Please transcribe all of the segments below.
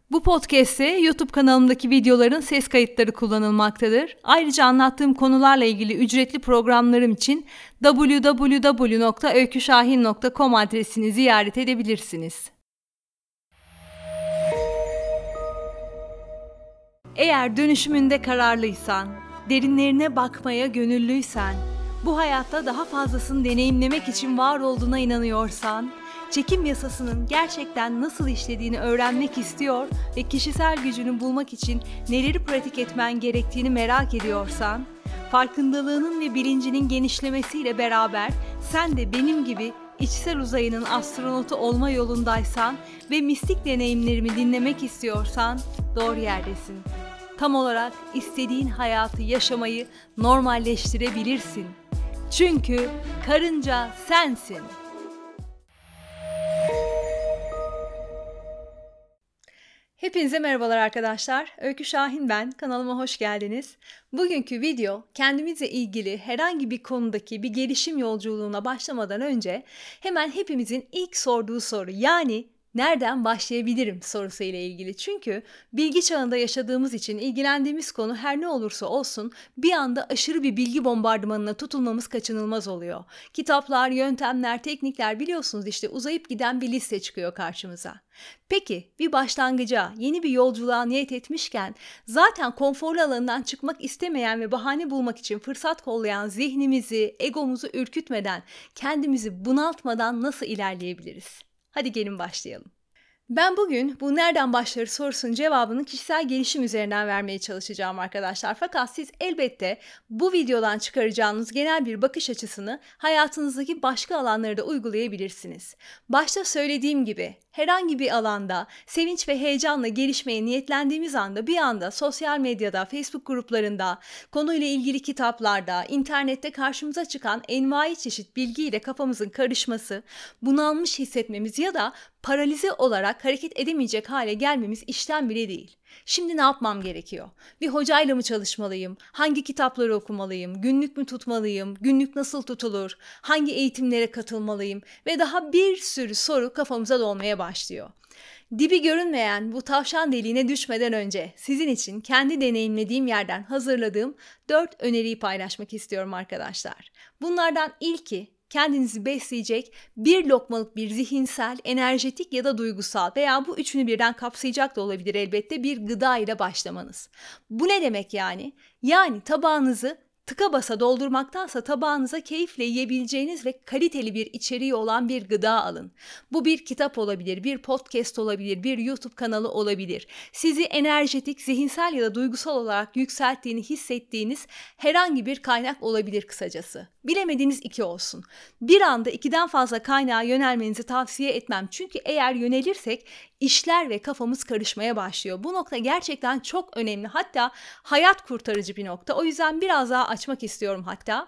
Bu podcast'te YouTube kanalımdaki videoların ses kayıtları kullanılmaktadır. Ayrıca anlattığım konularla ilgili ücretli programlarım için www.öyküşahin.com adresini ziyaret edebilirsiniz. Eğer dönüşümünde kararlıysan, derinlerine bakmaya gönüllüysen, bu hayatta daha fazlasını deneyimlemek için var olduğuna inanıyorsan, çekim yasasının gerçekten nasıl işlediğini öğrenmek istiyor ve kişisel gücünü bulmak için neleri pratik etmen gerektiğini merak ediyorsan, farkındalığının ve bilincinin genişlemesiyle beraber sen de benim gibi içsel uzayının astronotu olma yolundaysan ve mistik deneyimlerimi dinlemek istiyorsan doğru yerdesin. Tam olarak istediğin hayatı yaşamayı normalleştirebilirsin. Çünkü karınca sensin. Hepinize merhabalar arkadaşlar. Öykü Şahin ben. Kanalıma hoş geldiniz. Bugünkü video kendimizle ilgili herhangi bir konudaki bir gelişim yolculuğuna başlamadan önce hemen hepimizin ilk sorduğu soru, yani nereden başlayabilirim sorusu ile ilgili. Çünkü bilgi çağında yaşadığımız için ilgilendiğimiz konu her ne olursa olsun bir anda aşırı bir bilgi bombardımanına tutulmamız kaçınılmaz oluyor. Kitaplar, yöntemler, teknikler, biliyorsunuz işte uzayıp giden bir liste çıkıyor karşımıza. Peki bir başlangıca, yeni bir yolculuğa niyet etmişken zaten konforlu alanından çıkmak istemeyen ve bahane bulmak için fırsat kollayan zihnimizi, egomuzu ürkütmeden, kendimizi bunaltmadan nasıl ilerleyebiliriz? Hadi gelin başlayalım. Ben bugün bu nereden başlar sorusunun cevabını kişisel gelişim üzerinden vermeye çalışacağım arkadaşlar. Fakat siz elbette bu videodan çıkaracağınız genel bir bakış açısını hayatınızdaki başka alanlara da uygulayabilirsiniz. Başta söylediğim gibi herhangi bir alanda sevinç ve heyecanla gelişmeye niyetlendiğimiz anda bir anda sosyal medyada, Facebook gruplarında, konuyla ilgili kitaplarda, internette karşımıza çıkan envai çeşit bilgiyle kafamızın karışması, bunalmış hissetmemiz ya da paralize olarak hareket edemeyecek hale gelmemiz işten bile değil. Şimdi ne yapmam gerekiyor? Bir hocayla mı çalışmalıyım? Hangi kitapları okumalıyım? Günlük mü tutmalıyım? Günlük nasıl tutulur? Hangi eğitimlere katılmalıyım? Ve daha bir sürü soru kafamıza dolmaya başlıyor. Dibi görünmeyen bu tavşan deliğine düşmeden önce sizin için kendi deneyimlediğim yerden hazırladığım 4 öneriyi paylaşmak istiyorum arkadaşlar. Bunlardan ilki, kendinizi besleyecek bir lokmalık bir zihinsel, enerjetik ya da duygusal veya bu üçünü birden kapsayacak da olabilir elbette bir gıda ile başlamanız. Bu ne demek yani? Yani tabağınızı tıka basa doldurmaktansa tabağınıza keyifle yiyebileceğiniz ve kaliteli bir içeriği olan bir gıda alın. Bu bir kitap olabilir, bir podcast olabilir, bir YouTube kanalı olabilir. Sizi enerjetik, zihinsel ya da duygusal olarak yükselttiğini hissettiğiniz herhangi bir kaynak olabilir kısacası. Bilemediğiniz 2 olsun. Bir anda 2'den fazla kaynağa yönelmenizi tavsiye etmem. Çünkü eğer yönelirsek işler ve kafamız karışmaya başlıyor. Bu nokta gerçekten çok önemli. Hatta hayat kurtarıcı bir nokta. O yüzden biraz daha açmak istiyorum hatta.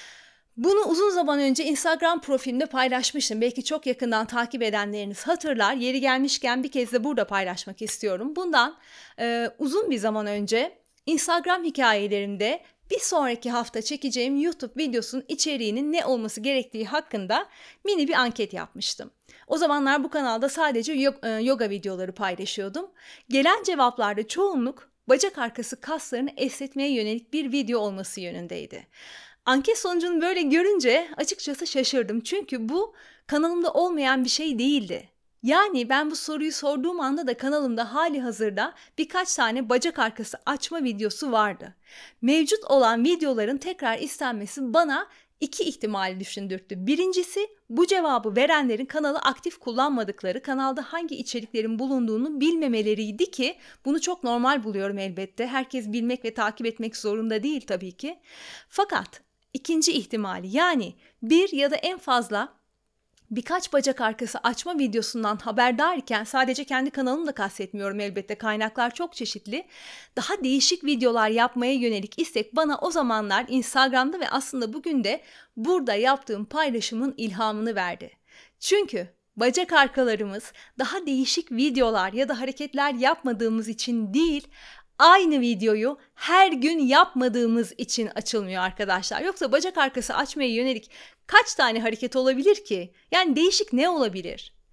Bunu uzun zaman önce Instagram profilimde paylaşmıştım. Belki çok yakından takip edenleriniz hatırlar. Yeri gelmişken bir kez de burada paylaşmak istiyorum. Bundan uzun bir zaman önce Instagram hikayelerimde bir sonraki hafta çekeceğim YouTube videosunun içeriğinin ne olması gerektiği hakkında mini bir anket yapmıştım. O zamanlar bu kanalda sadece yoga videoları paylaşıyordum. Gelen cevaplarda çoğunluk bacak arkası kaslarını esnetmeye yönelik bir video olması yönündeydi. Anket sonucunu böyle görünce açıkçası şaşırdım. Çünkü bu kanalımda olmayan bir şey değildi. Yani ben bu soruyu sorduğum anda da kanalımda hali hazırda birkaç tane bacak arkası açma videosu vardı. Mevcut olan videoların tekrar istenmesi bana 2 ihtimali düşündürttü. Birincisi, bu cevabı verenlerin kanalı aktif kullanmadıkları, kanalda hangi içeriklerin bulunduğunu bilmemeleriydi ki bunu çok normal buluyorum elbette. Herkes bilmek ve takip etmek zorunda değil tabii ki. Fakat ikinci ihtimali, yani bir ya da en fazla birkaç bacak arkası açma videosundan haberdar iken, sadece kendi kanalımı da kastetmiyorum elbette, kaynaklar çok çeşitli, daha değişik videolar yapmaya yönelik istek bana o zamanlar Instagram'da ve aslında bugün de burada yaptığım paylaşımın ilhamını verdi. Çünkü bacak arkalarımız daha değişik videolar ya da hareketler yapmadığımız için değil, aynı videoyu her gün yapmadığımız için açılmıyor arkadaşlar. Yoksa bacak arkası açmaya yönelik kaç tane hareket olabilir ki? Yani değişik ne olabilir?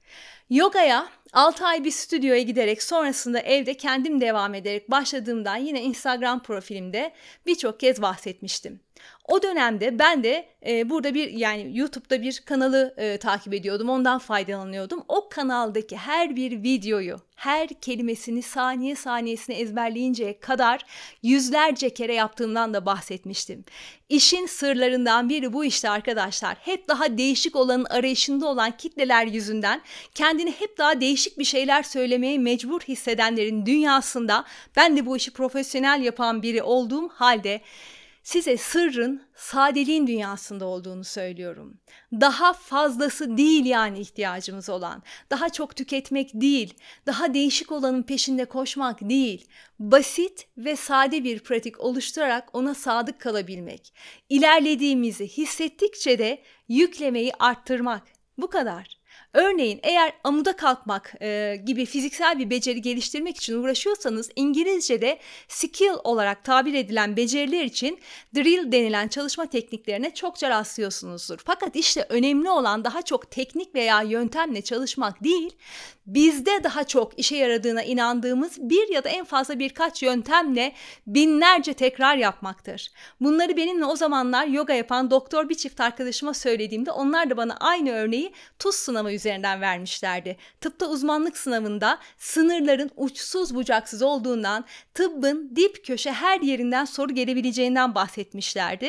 Yogaya 6 ay bir stüdyoya giderek sonrasında evde kendim devam ederek başladığımdan yine Instagram profilimde birçok kez bahsetmiştim. O dönemde ben de burada YouTube'da bir kanalı takip ediyordum. Ondan faydalanıyordum. O kanaldaki her bir videoyu, her kelimesini saniye saniyesine ezberleyinceye kadar yüzlerce kere yaptığımdan da bahsetmiştim. İşin sırlarından biri bu işte arkadaşlar. Hep daha değişik olanın arayışında olan kitleler yüzünden kendini hep daha değişik bir şeyler söylemeye mecbur hissedenlerin dünyasında ben de bu işi profesyonel yapan biri olduğum halde size sırrın sadeliğin dünyasında olduğunu söylüyorum. Daha fazlası değil yani ihtiyacımız olan. Daha çok tüketmek değil, daha değişik olanın peşinde koşmak değil. Basit ve sade bir pratik oluşturarak ona sadık kalabilmek. İlerlediğimizi hissettikçe de yüklemeyi arttırmak. Bu kadar. Örneğin eğer amuda kalkmak gibi fiziksel bir beceri geliştirmek için uğraşıyorsanız İngilizce'de skill olarak tabir edilen beceriler için drill denilen çalışma tekniklerine çokça rastlıyorsunuzdur. Fakat işte önemli olan daha çok teknik veya yöntemle çalışmak değil, bizde daha çok işe yaradığına inandığımız bir ya da en fazla birkaç yöntemle binlerce tekrar yapmaktır. Bunları benimle o zamanlar yoga yapan doktor bir çift arkadaşıma söylediğimde onlar da bana aynı örneği tuz sınavı üzerinden vermişlerdi. Tıpta uzmanlık sınavında sınırların uçsuz bucaksız olduğundan, tıbbın dip köşe her yerinden soru gelebileceğinden bahsetmişlerdi.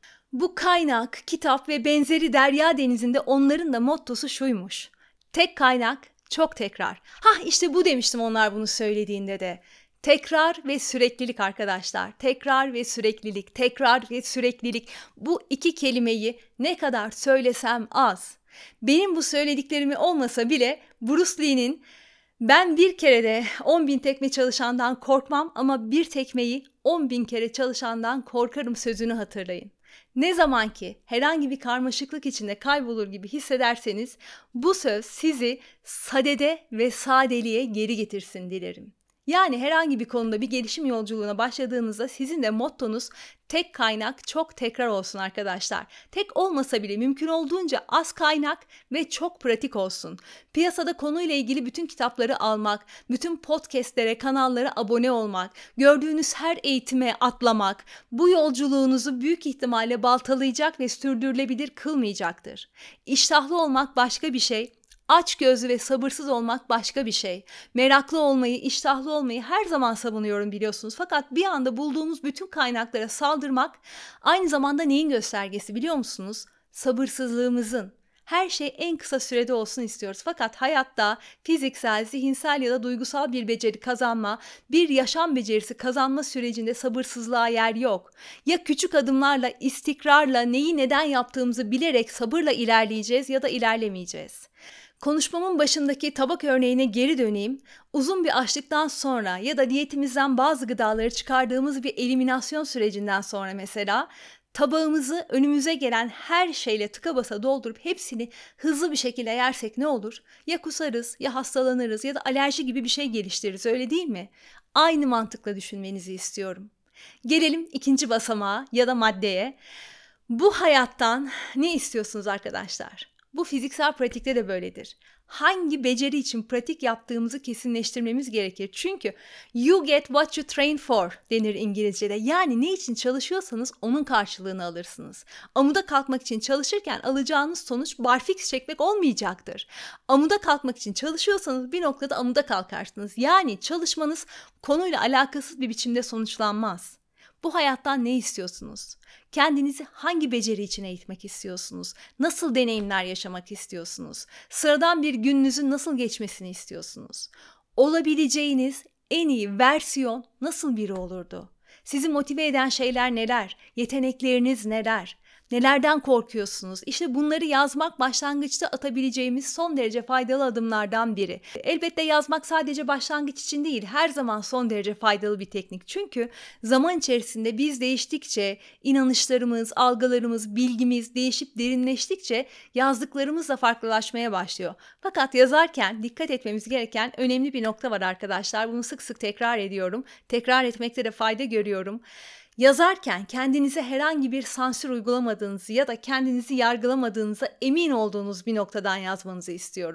Bu kaynak, kitap ve benzeri derya denizinde onların da mottosu şuymuş: tek kaynak, çok tekrar. İşte bu demiştim onlar bunu söylediğinde de. Tekrar ve süreklilik arkadaşlar. Tekrar ve süreklilik, tekrar ve süreklilik. Bu iki kelimeyi ne kadar söylesem az. Benim bu söylediklerimi olmasa bile Bruce Lee'nin "Ben bir kere de 10.000 tekme çalışandan korkmam ama bir tekmeyi 10.000 kere çalışandan korkarım" sözünü hatırlayın. Ne zaman ki herhangi bir karmaşıklık içinde kaybolur gibi hissederseniz bu söz sizi sadede ve sadeliğe geri getirsin dilerim. Yani herhangi bir konuda bir gelişim yolculuğuna başladığınızda sizin de mottonuz tek kaynak, çok tekrar olsun arkadaşlar. Tek olmasa bile mümkün olduğunca az kaynak ve çok pratik olsun. Piyasada konuyla ilgili bütün kitapları almak, bütün podcastlere, kanallara abone olmak, gördüğünüz her eğitime atlamak, bu yolculuğunuzu büyük ihtimalle baltalayacak ve sürdürülebilir kılmayacaktır. İştahlı olmak başka bir şey. Açgözlü ve sabırsız olmak başka bir şey. Meraklı olmayı, iştahlı olmayı her zaman savunuyorum biliyorsunuz. Fakat bir anda bulduğumuz bütün kaynaklara saldırmak aynı zamanda neyin göstergesi biliyor musunuz? Sabırsızlığımızın. Her şey en kısa sürede olsun istiyoruz. Fakat hayatta fiziksel, zihinsel ya da duygusal bir beceri kazanma, bir yaşam becerisi kazanma sürecinde sabırsızlığa yer yok. Ya küçük adımlarla, istikrarla, neyi neden yaptığımızı bilerek sabırla ilerleyeceğiz ya da ilerlemeyeceğiz. Konuşmamın başındaki tabak örneğine geri döneyim. Uzun bir açlıktan sonra ya da diyetimizden bazı gıdaları çıkardığımız bir eliminasyon sürecinden sonra mesela tabağımızı önümüze gelen her şeyle tıka basa doldurup hepsini hızlı bir şekilde yersek ne olur? Ya kusarız, ya hastalanırız ya da alerji gibi bir şey geliştiririz, öyle değil mi? Aynı mantıkla düşünmenizi istiyorum. Gelelim ikinci basamağa ya da maddeye. Bu hayattan ne istiyorsunuz arkadaşlar? Bu fiziksel pratikte de böyledir. Hangi beceri için pratik yaptığımızı kesinleştirmemiz gerekir. Çünkü you get what you train for denir İngilizce'de. Yani ne için çalışıyorsanız onun karşılığını alırsınız. Amuda kalkmak için çalışırken alacağınız sonuç barfiks çekmek olmayacaktır. Amuda kalkmak için çalışıyorsanız bir noktada amuda kalkarsınız. Yani çalışmanız konuyla alakasız bir biçimde sonuçlanmaz. Bu hayattan ne istiyorsunuz? Kendinizi hangi beceri için eğitmek istiyorsunuz? Nasıl deneyimler yaşamak istiyorsunuz? Sıradan bir gününüzün nasıl geçmesini istiyorsunuz? Olabileceğiniz en iyi versiyon nasıl biri olurdu? Sizi motive eden şeyler neler? Yetenekleriniz neler? Nelerden korkuyorsunuz? İşte bunları yazmak başlangıçta atabileceğimiz son derece faydalı adımlardan biri. Elbette yazmak sadece başlangıç için değil, her zaman son derece faydalı bir teknik. Çünkü zaman içerisinde biz değiştikçe, inanışlarımız, algılarımız, bilgimiz değişip derinleştikçe yazdıklarımız da farklılaşmaya başlıyor. Fakat yazarken dikkat etmemiz gereken önemli bir nokta var arkadaşlar. Bunu sık sık tekrar ediyorum. Tekrar etmekte de fayda görüyorum. Yazarken kendinize herhangi bir sansür uygulamadığınızı ya da kendinizi yargılamadığınıza emin olduğunuz bir noktadan yazmanızı istiyorum.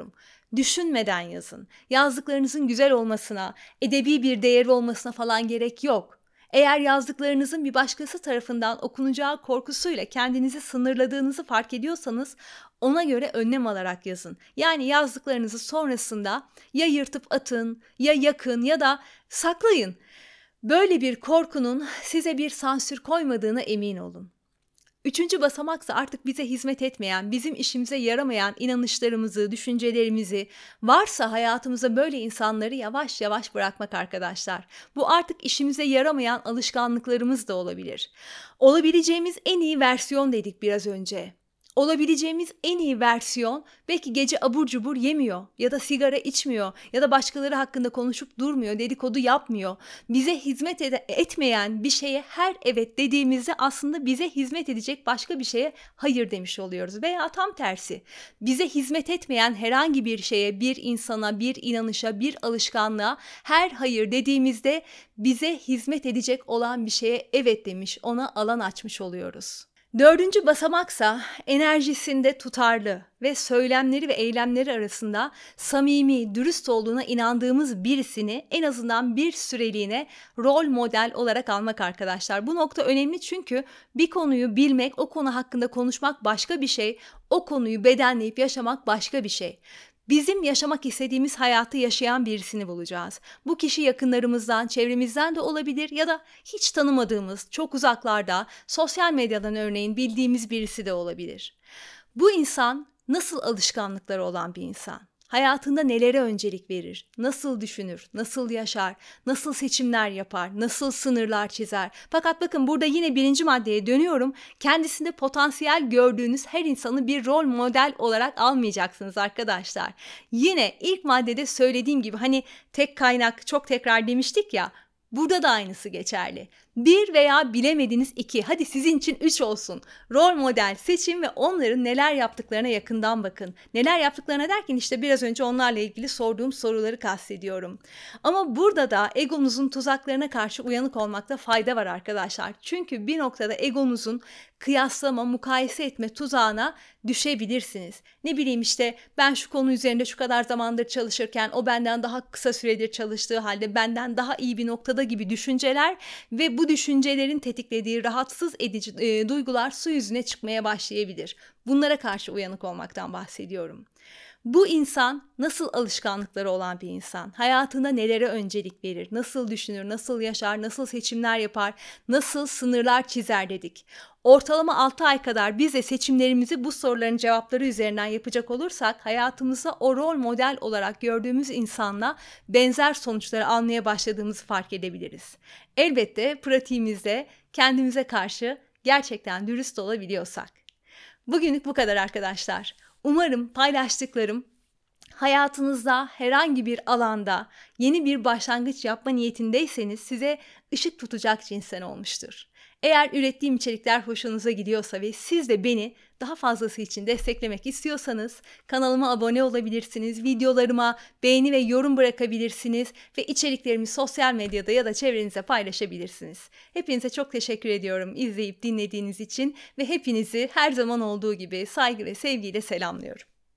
Düşünmeden yazın. Yazdıklarınızın güzel olmasına, edebi bir değeri olmasına falan gerek yok. Eğer yazdıklarınızın bir başkası tarafından okunacağı korkusuyla kendinizi sınırladığınızı fark ediyorsanız ona göre önlem alarak yazın. Yani yazdıklarınızı sonrasında ya yırtıp atın, ya yakın ya da saklayın. Böyle bir korkunun size bir sansür koymadığına emin olun. Üçüncü basamaksa artık bize hizmet etmeyen, bizim işimize yaramayan inanışlarımızı, düşüncelerimizi, varsa hayatımıza böyle insanları yavaş yavaş bırakmak arkadaşlar. Bu artık işimize yaramayan alışkanlıklarımız da olabilir. Olabileceğimiz en iyi versiyon dedik biraz önce. Olabileceğimiz en iyi versiyon belki gece abur cubur yemiyor ya da sigara içmiyor ya da başkaları hakkında konuşup durmuyor, dedikodu yapmıyor. Bize hizmet etmeyen bir şeye her evet dediğimizde aslında bize hizmet edecek başka bir şeye hayır demiş oluyoruz. Veya tam tersi, bize hizmet etmeyen herhangi bir şeye, bir insana, bir inanışa, bir alışkanlığa her hayır dediğimizde bize hizmet edecek olan bir şeye evet demiş, ona alan açmış oluyoruz. Dördüncü basamaksa enerjisinde tutarlı ve söylemleri ve eylemleri arasında samimi, dürüst olduğuna inandığımız birisini en azından bir süreliğine rol model olarak almak arkadaşlar. Bu nokta önemli çünkü bir konuyu bilmek, o konu hakkında konuşmak başka bir şey, o konuyu bedenleyip yaşamak başka bir şey. Bizim yaşamak istediğimiz hayatı yaşayan birisini bulacağız. Bu kişi yakınlarımızdan, çevremizden de olabilir ya da hiç tanımadığımız, çok uzaklarda, sosyal medyadan örneğin bildiğimiz birisi de olabilir. Bu insan nasıl alışkanlıkları olan bir insan? Hayatında nelere öncelik verir? Nasıl düşünür? Nasıl yaşar? Nasıl seçimler yapar? Nasıl sınırlar çizer? Fakat bakın burada yine birinci maddeye dönüyorum. Kendisinde potansiyel gördüğünüz her insanı bir rol model olarak almayacaksınız arkadaşlar. Yine ilk maddede söylediğim gibi hani tek kaynak çok tekrar demiştik ya. Burada da aynısı geçerli. 1 veya bilemediniz 2, hadi sizin için 3 olsun. Rol model seçin ve onların neler yaptıklarına yakından bakın. Neler yaptıklarına derken işte biraz önce onlarla ilgili sorduğum soruları kastediyorum. Ama burada da egonuzun tuzaklarına karşı uyanık olmakta fayda var arkadaşlar. Çünkü bir noktada egonuzun kıyaslama, mukayese etme tuzağına düşebilirsiniz. Ne bileyim işte ben şu konu üzerinde şu kadar zamandır çalışırken o benden daha kısa süredir çalıştığı halde benden daha iyi bir noktada gibi düşünceler ve bu düşüncelerin tetiklediği rahatsız edici duygular su yüzüne çıkmaya başlayabilir. Bunlara karşı uyanık olmaktan bahsediyorum. Bu insan nasıl alışkanlıkları olan bir insan? Hayatında nelere öncelik verir? Nasıl düşünür? Nasıl yaşar? Nasıl seçimler yapar? Nasıl sınırlar çizer dedik. Ortalama 6 ay kadar biz de seçimlerimizi bu soruların cevapları üzerinden yapacak olursak hayatımızda o rol model olarak gördüğümüz insanla benzer sonuçları almaya başladığımızı fark edebiliriz. Elbette pratiğimizde kendimize karşı gerçekten dürüst olabiliyorsak. Bugünlük bu kadar arkadaşlar. Umarım paylaştıklarım hayatınızda herhangi bir alanda yeni bir başlangıç yapma niyetindeyseniz size ışık tutacak cinsten olmuştur. Eğer ürettiğim içerikler hoşunuza gidiyorsa ve siz de beni daha fazlası için desteklemek istiyorsanız kanalıma abone olabilirsiniz, videolarıma beğeni ve yorum bırakabilirsiniz ve içeriklerimi sosyal medyada ya da çevrenize paylaşabilirsiniz. Hepinize çok teşekkür ediyorum izleyip dinlediğiniz için ve hepinizi her zaman olduğu gibi saygı ve sevgiyle selamlıyorum.